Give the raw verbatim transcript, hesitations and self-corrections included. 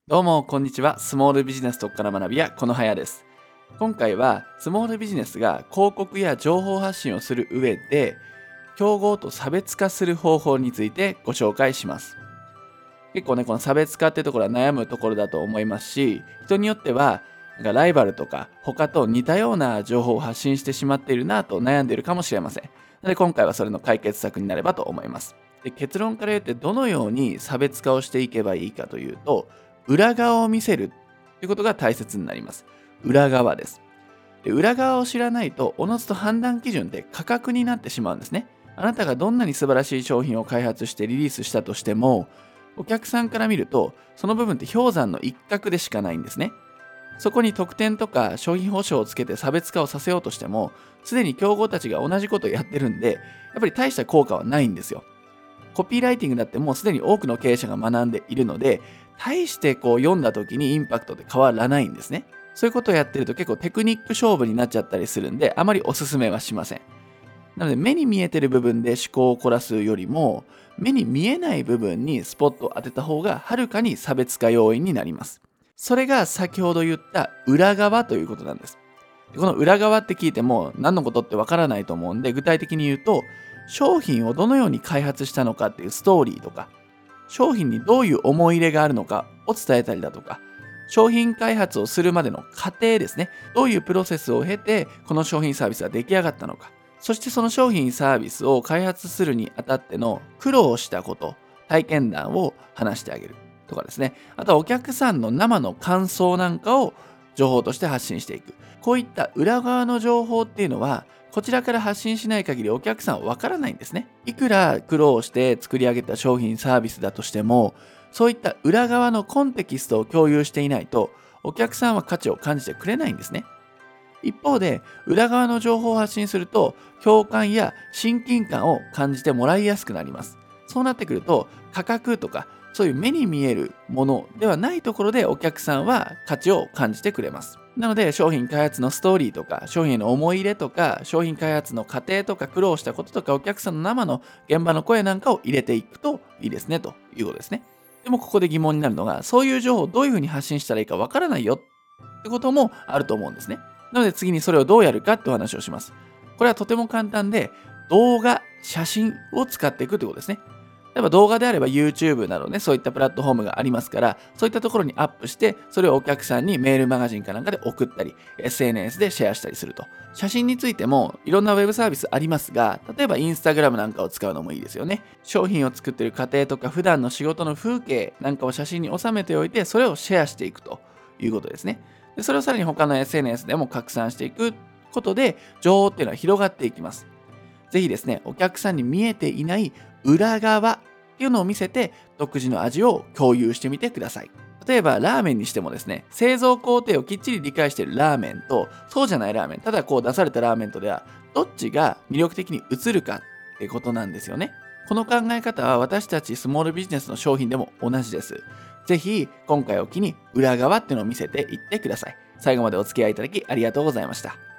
どうもこんにちは。スモールビジネス特化の学び屋このはやです。今回はスモールビジネスが広告や情報発信をする上で競合と差別化する方法についてご紹介します。結構ねこの差別化ってところは悩むところだと思いますし、人によってはなんかライバルとか他と似たような情報を発信してしまっているなと悩んでいるかもしれません。なので今回はそれの解決策になればと思います。で、結論から言ってどのように差別化をしていけばいいかというと、裏側を見せるということが大切になります。裏側です。で、裏側を知らないとおのずと判断基準って価格になってしまうんですね。あなたがどんなに素晴らしい商品を開発してリリースしたとしても、お客さんから見るとその部分って氷山の一角でしかないんですね。そこに特典とか商品保証をつけて差別化をさせようとしても、すでに競合たちが同じことをやってるんで、やっぱり大した効果はないんですよ。コピーライティングだってもうすでに多くの経営者が学んでいるので、大してこう読んだ時にインパクトって変わらないんですね。そういうことをやってると結構テクニック勝負になっちゃったりするんで、あまりおすすめはしません。なので目に見えてる部分で思考を凝らすよりも、目に見えない部分にスポットを当てた方がはるかに差別化要因になります。それが先ほど言った裏側ということなんです。この裏側って聞いても何のことってわからないと思うんで、具体的に言うと、商品をどのように開発したのかっていうストーリーとか、商品にどういう思い入れがあるのかを伝えたりだとか、商品開発をするまでの過程ですね。どういうプロセスを経てこの商品サービスが出来上がったのか。そしてその商品サービスを開発するにあたっての苦労したこと、体験談を話してあげるとかですね。あとはお客さんの生の感想なんかを情報として発信していく。こういった裏側の情報っていうのは、こちらから発信しない限りお客さんはわからないんですね。いくら苦労して作り上げた商品サービスだとしても、そういった裏側のコンテキストを共有していないと、お客さんは価値を感じてくれないんですね。一方で、裏側の情報を発信すると、共感や親近感を感じてもらいやすくなります。そうなってくると、価格とか、そういう目に見えるものではないところでお客さんは価値を感じてくれます。なので、商品開発のストーリーとか、商品への思い入れとか、商品開発の過程とか苦労したこととか、お客さんの生の現場の声なんかを入れていくといいですね、ということですね。でもここで疑問になるのが、そういう情報をどういうふうに発信したらいいかわからないよってこともあると思うんですね。なので次にそれをどうやるかってお話をします。これはとても簡単で、動画、写真を使っていくということですね。例えば動画であれば YouTube などね、そういったプラットフォームがありますから、そういったところにアップして、それをお客さんにメールマガジンかなんかで送ったり、エスエヌエス でシェアしたりすると。写真についてもいろんなウェブサービスありますが、例えば Instagram なんかを使うのもいいですよね。商品を作っている過程とか普段の仕事の風景なんかを写真に収めておいて、それをシェアしていくということですね。でそれをさらに他の エスエヌエス でも拡散していくことで、情報っていうのは広がっていきます。ぜひですね、お客さんに見えていない裏側っていうのを見せて、独自の味を共有してみてください。例えばラーメンにしてもですね、製造工程をきっちり理解しているラーメンと、そうじゃないラーメン、ただこう出されたラーメンとでは、どっちが魅力的に映るかってことなんですよね。この考え方は私たちスモールビジネスの商品でも同じです。ぜひ今回を機に裏側っていうのを見せていってください。最後までお付き合いいただきありがとうございました。